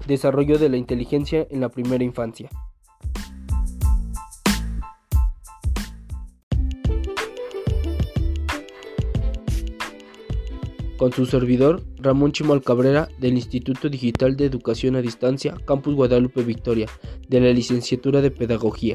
Desarrollo de la inteligencia en la primera infancia. Con su servidor, Ramón Chimal Cabrera, del Instituto Digital de Educación a Distancia, Campus Guadalupe Victoria, de la Licenciatura de Pedagogía.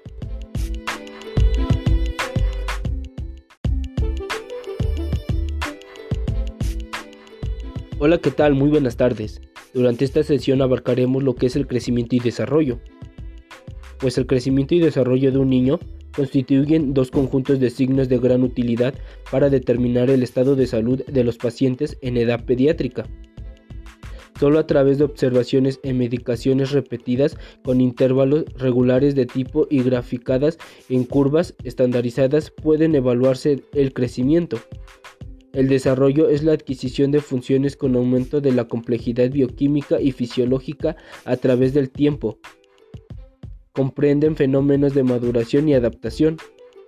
Hola, ¿qué tal? Muy buenas tardes. Durante esta sesión abarcaremos lo que es el crecimiento y desarrollo. Pues el crecimiento y desarrollo de un niño constituyen dos conjuntos de signos de gran utilidad para determinar el estado de salud de los pacientes en edad pediátrica. Solo a través de observaciones en medicaciones repetidas con intervalos regulares de tipo y graficadas en curvas estandarizadas pueden evaluarse el crecimiento. El desarrollo es la adquisición de funciones con aumento de la complejidad bioquímica y fisiológica a través del tiempo. Comprenden fenómenos de maduración y adaptación.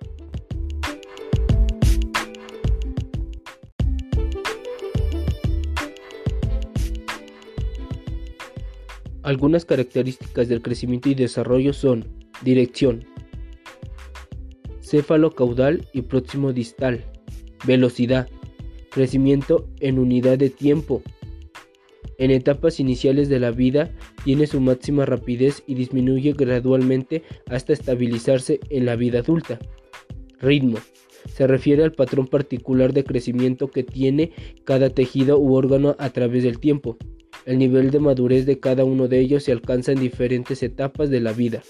Algunas características del crecimiento y desarrollo son: dirección, céfalo caudal y próximo distal, velocidad, crecimiento en unidad de tiempo. En etapas iniciales de la vida tiene su máxima rapidez y disminuye gradualmente hasta estabilizarse en la vida adulta. Ritmo. Se refiere al patrón particular de crecimiento que tiene cada tejido u órgano a través del tiempo. El nivel de madurez de cada uno de ellos se alcanza en diferentes etapas de la vida.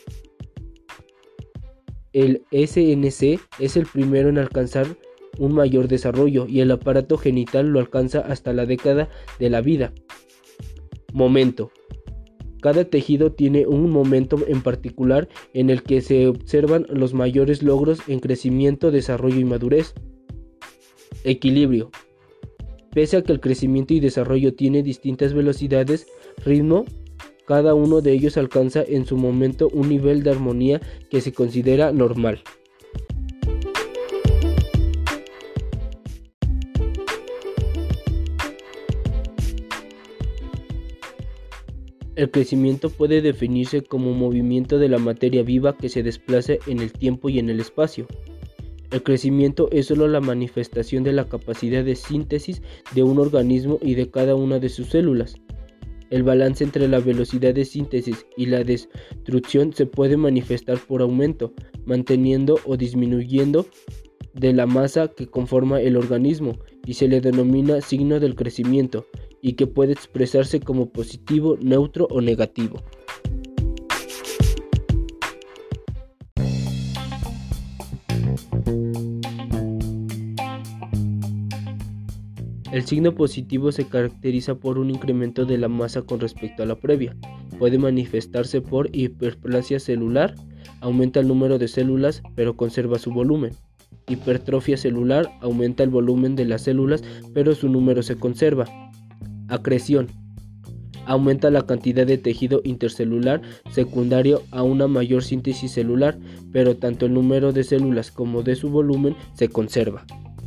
El SNC es el primero en alcanzar un mayor desarrollo y el aparato genital lo alcanza hasta la década de la vida. Momento. Cada tejido tiene un momento en particular en el que se observan los mayores logros en crecimiento, desarrollo y madurez. Equilibrio. Pese a que el crecimiento y desarrollo tiene distintas velocidades, ritmo, cada uno de ellos alcanza en su momento un nivel de armonía que se considera normal. El crecimiento puede definirse como movimiento de la materia viva que se desplaza en el tiempo y en el espacio. El crecimiento es solo la manifestación de la capacidad de síntesis de un organismo y de cada una de sus células. El balance entre la velocidad de síntesis y la destrucción se puede manifestar por aumento, manteniendo o disminuyendo de la masa que conforma el organismo y se le denomina signo del crecimiento, y que puede expresarse como positivo, neutro o negativo. El signo positivo se caracteriza por un incremento de la masa con respecto a la previa. Puede manifestarse por hiperplasia celular, aumenta el número de células pero conserva su volumen. Hipertrofia celular, aumenta el volumen de las células pero su número se conserva. Acreción. Aumenta la cantidad de tejido intercelular secundario a una mayor síntesis celular, pero tanto el número de células como de su volumen se conserva.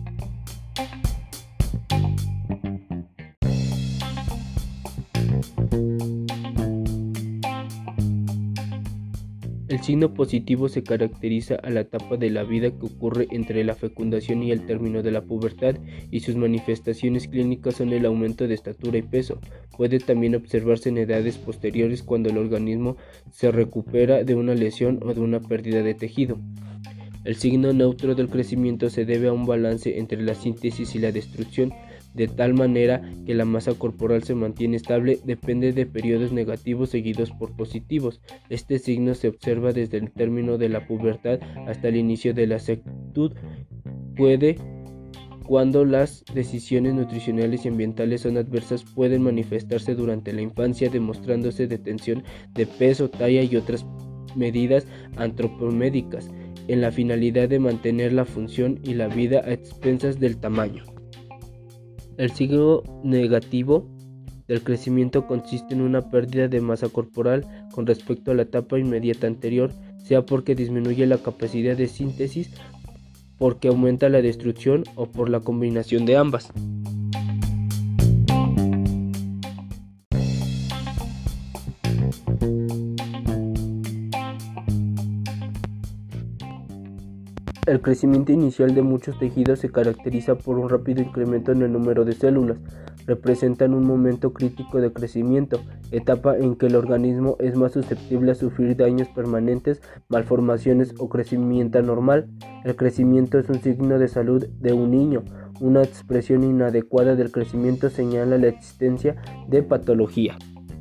El signo positivo se caracteriza a la etapa de la vida que ocurre entre la fecundación y el término de la pubertad, y sus manifestaciones clínicas son el aumento de estatura y peso. Puede también observarse en edades posteriores cuando el organismo se recupera de una lesión o de una pérdida de tejido. El signo neutro del crecimiento se debe a un balance entre la síntesis y la destrucción, de tal manera que la masa corporal se mantiene estable, depende de periodos negativos seguidos por positivos. Este signo se observa desde el término de la pubertad hasta el inicio de la senectud. Cuando las decisiones nutricionales y ambientales son adversas, pueden manifestarse durante la infancia, demostrándose detención de peso, talla y otras medidas antropomédicas, en la finalidad de mantener la función y la vida a expensas del tamaño. El signo negativo del crecimiento consiste en una pérdida de masa corporal con respecto a la etapa inmediata anterior, sea porque disminuye la capacidad de síntesis, porque aumenta la destrucción o por la combinación de ambas. El crecimiento inicial de muchos tejidos se caracteriza por un rápido incremento en el número de células. Representan un momento crítico de crecimiento, etapa en que el organismo es más susceptible a sufrir daños permanentes, malformaciones o crecimiento anormal. El crecimiento es un signo de salud de un niño. Una expresión inadecuada del crecimiento señala la existencia de patología.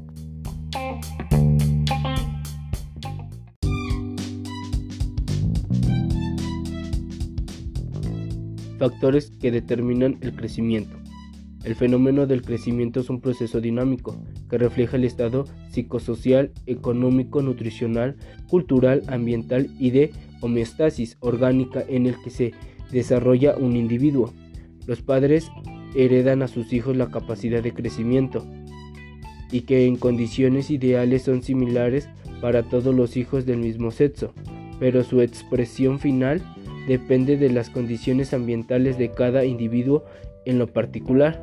Factores que determinan el crecimiento. El fenómeno del crecimiento es un proceso dinámico que refleja el estado psicosocial, económico, nutricional, cultural, ambiental y de homeostasis orgánica en el que se desarrolla un individuo. Los padres heredan a sus hijos la capacidad de crecimiento y que en condiciones ideales son similares para todos los hijos del mismo sexo, pero su expresión final depende de las condiciones ambientales de cada individuo en lo particular.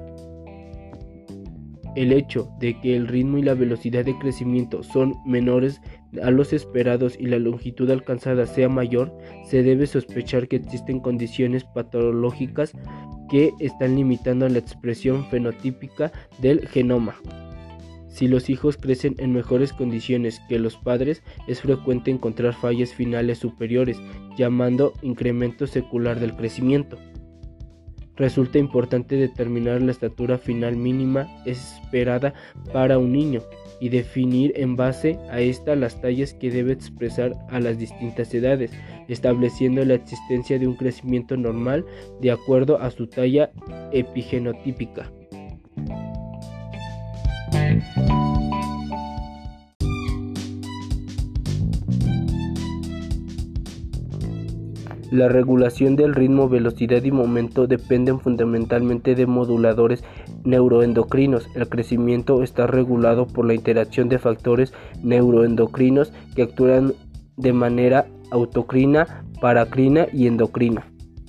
El hecho de que el ritmo y la velocidad de crecimiento son menores a los esperados y la longitud alcanzada sea mayor, se debe sospechar que existen condiciones patológicas que están limitando la expresión fenotípica del genoma. Si los hijos crecen en mejores condiciones que los padres, es frecuente encontrar fallas finales superiores, llamando incremento secular del crecimiento. Resulta importante determinar la estatura final mínima esperada para un niño y definir en base a esta las tallas que debe expresar a las distintas edades, estableciendo la existencia de un crecimiento normal de acuerdo a su talla epigenotípica. La regulación del ritmo, velocidad y momento dependen fundamentalmente de moduladores neuroendocrinos. El crecimiento está regulado por la interacción de factores neuroendocrinos que actúan de manera autocrina, paracrina y endocrina.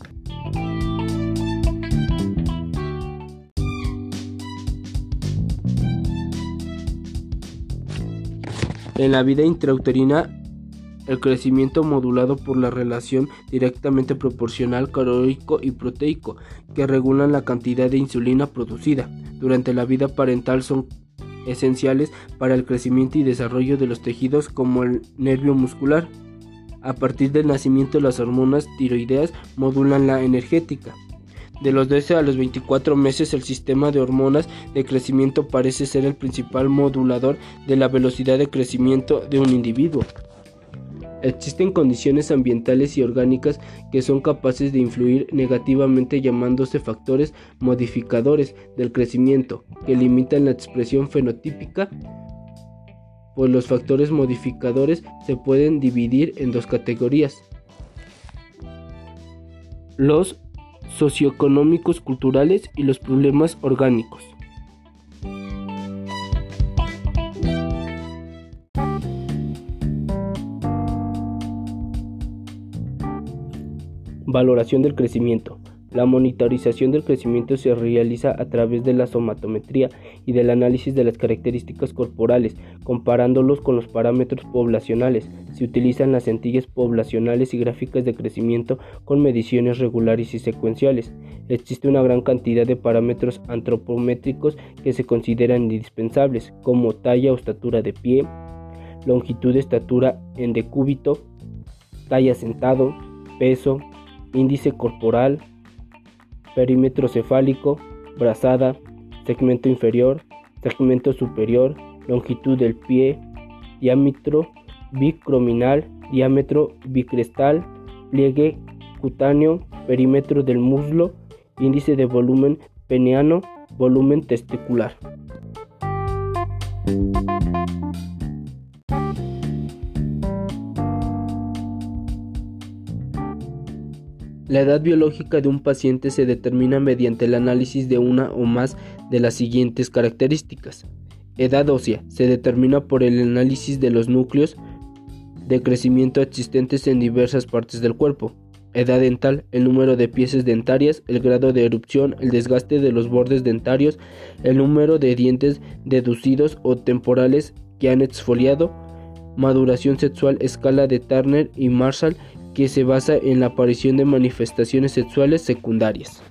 En la vida intrauterina, el crecimiento modulado por la relación directamente proporcional calórico y proteico, que regulan la cantidad de insulina producida. Durante la vida parental son esenciales para el crecimiento y desarrollo de los tejidos como el nervio muscular. A partir del nacimiento, las hormonas tiroideas modulan la energética. De los 12 a los 24 meses, el sistema de hormonas de crecimiento parece ser el principal modulador de la velocidad de crecimiento de un individuo. Existen condiciones ambientales y orgánicas que son capaces de influir negativamente, llamándose factores modificadores del crecimiento, que limitan la expresión fenotípica. Pues los factores modificadores se pueden dividir en dos categorías: los socioeconómicos culturales y los problemas orgánicos. Valoración del crecimiento. La monitorización del crecimiento se realiza a través de la somatometría y del análisis de las características corporales, comparándolos con los parámetros poblacionales. Se utilizan las centellas poblacionales y gráficas de crecimiento con mediciones regulares y secuenciales. Existe una gran cantidad de parámetros antropométricos que se consideran indispensables, como talla o estatura de pie, longitud de estatura en decúbito, talla sentado, peso, índice corporal, perímetro cefálico, brazada, segmento inferior, segmento superior, longitud del pie, diámetro bicrominal, diámetro bicrestal, pliegue cutáneo, perímetro del muslo, índice de volumen peneano, volumen testicular. La edad biológica de un paciente se determina mediante el análisis de una o más de las siguientes características. Edad ósea se determina por el análisis de los núcleos de crecimiento existentes en diversas partes del cuerpo. Edad dental, el número de piezas dentarias, el grado de erupción, el desgaste de los bordes dentarios, el número de dientes deducidos o temporales que han exfoliado. Maduración sexual, escala de Turner y Marshall, que se basa en la aparición de manifestaciones sexuales secundarias.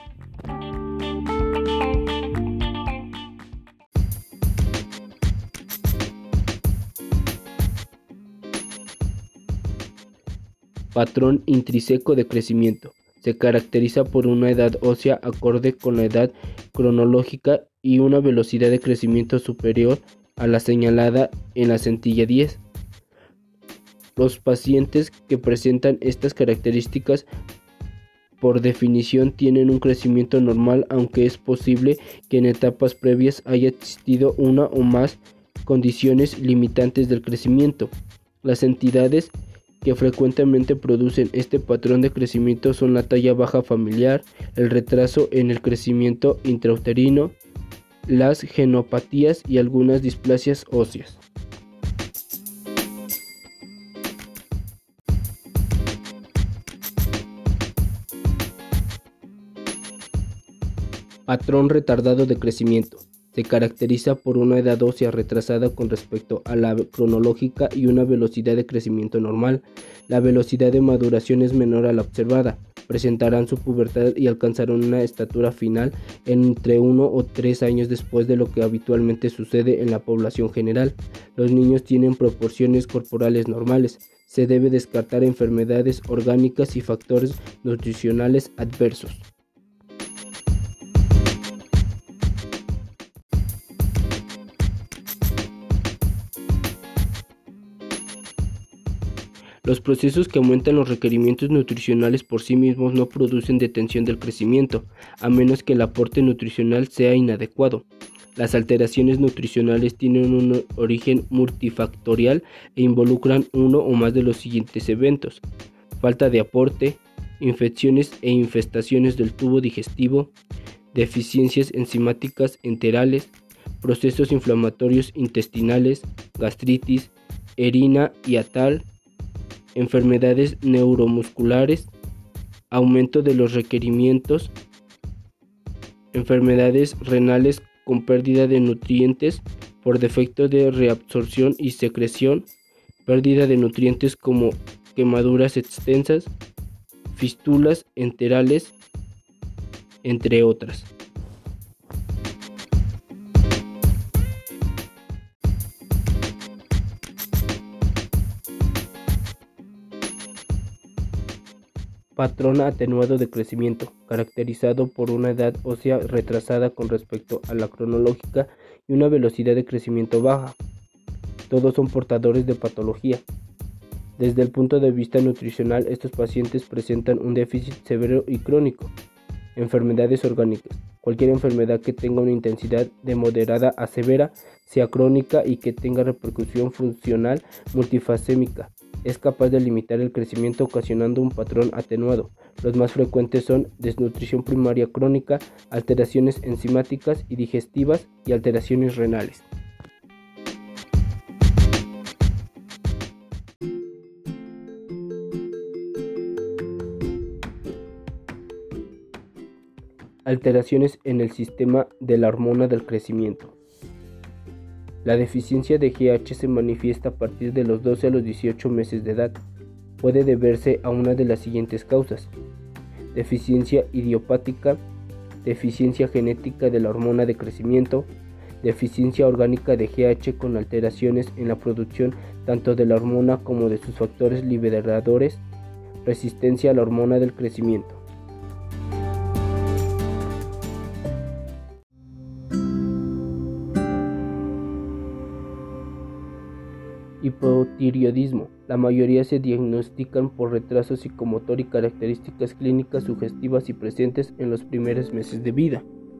Patrón intrínseco de crecimiento. Se caracteriza por una edad ósea acorde con la edad cronológica y una velocidad de crecimiento superior a la señalada en la centella 10. Los pacientes que presentan estas características por definición tienen un crecimiento normal, aunque es posible que en etapas previas haya existido una o más condiciones limitantes del crecimiento. Las entidades que frecuentemente producen este patrón de crecimiento son la talla baja familiar, el retraso en el crecimiento intrauterino, las genopatías y algunas displasias óseas. Patrón retardado de crecimiento. Se caracteriza por una edad ósea retrasada con respecto a la cronológica y una velocidad de crecimiento normal. La velocidad de maduración es menor a la observada. Presentarán su pubertad y alcanzarán una estatura final entre 1 o 3 años después de lo que habitualmente sucede en la población general. Los niños tienen proporciones corporales normales. Se debe descartar enfermedades orgánicas y factores nutricionales adversos. Los procesos que aumentan los requerimientos nutricionales por sí mismos no producen detención del crecimiento, a menos que el aporte nutricional sea inadecuado. Las alteraciones nutricionales tienen un origen multifactorial e involucran uno o más de los siguientes eventos: falta de aporte, infecciones e infestaciones del tubo digestivo, deficiencias enzimáticas enterales, procesos inflamatorios intestinales, gastritis, erina hiatal, enfermedades neuromusculares, aumento de los requerimientos, enfermedades renales con pérdida de nutrientes por defecto de reabsorción y secreción, pérdida de nutrientes como quemaduras extensas, fístulas enterales, entre otras. Patrón atenuado de crecimiento, caracterizado por una edad ósea retrasada con respecto a la cronológica y una velocidad de crecimiento baja. Todos son portadores de patología. Desde el punto de vista nutricional, estos pacientes presentan un déficit severo y crónico. Enfermedades orgánicas. Cualquier enfermedad que tenga una intensidad de moderada a severa, sea crónica y que tenga repercusión funcional multifacémica, es capaz de limitar el crecimiento ocasionando un patrón atenuado. Los más frecuentes son desnutrición primaria crónica, alteraciones enzimáticas y digestivas y alteraciones renales. Alteraciones en el sistema de la hormona del crecimiento. La deficiencia de GH se manifiesta a partir de los 12 a los 18 meses de edad. Puede deberse a una de las siguientes causas: deficiencia idiopática, deficiencia genética de la hormona de crecimiento, deficiencia orgánica de GH con alteraciones en la producción tanto de la hormona como de sus factores liberadores, resistencia a la hormona del crecimiento. Hipotiroidismo. La mayoría se diagnostican por retraso psicomotor y características clínicas sugestivas y presentes en los primeros meses de vida.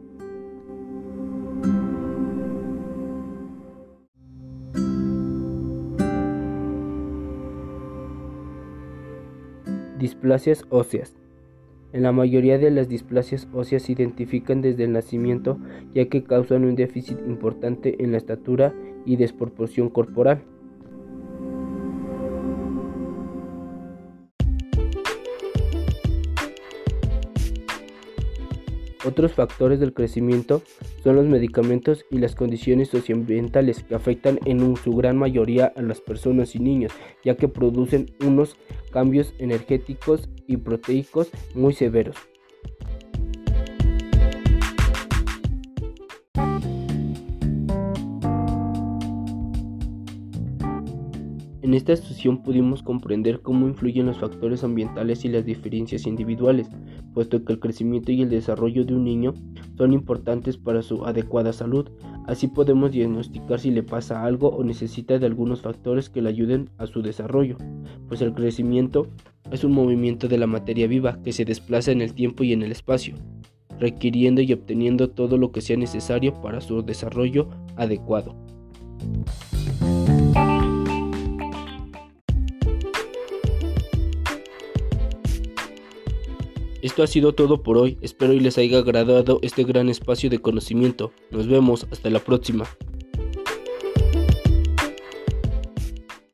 Displasias óseas. En la mayoría de las displasias óseas se identifican desde el nacimiento, ya que causan un déficit importante en la estatura y desproporción corporal. Otros factores del crecimiento son los medicamentos y las condiciones socioambientales que afectan en su gran mayoría a las personas y niños, ya que producen unos cambios energéticos y proteicos muy severos. En esta sesión pudimos comprender cómo influyen los factores ambientales y las diferencias individuales, puesto que el crecimiento y el desarrollo de un niño son importantes para su adecuada salud. Así podemos diagnosticar si le pasa algo o necesita de algunos factores que le ayuden a su desarrollo, pues el crecimiento es un movimiento de la materia viva que se desplaza en el tiempo y en el espacio, requiriendo y obteniendo todo lo que sea necesario para su desarrollo adecuado. Esto ha sido todo por hoy, espero y les haya agradado este gran espacio de conocimiento. Nos vemos, hasta la próxima.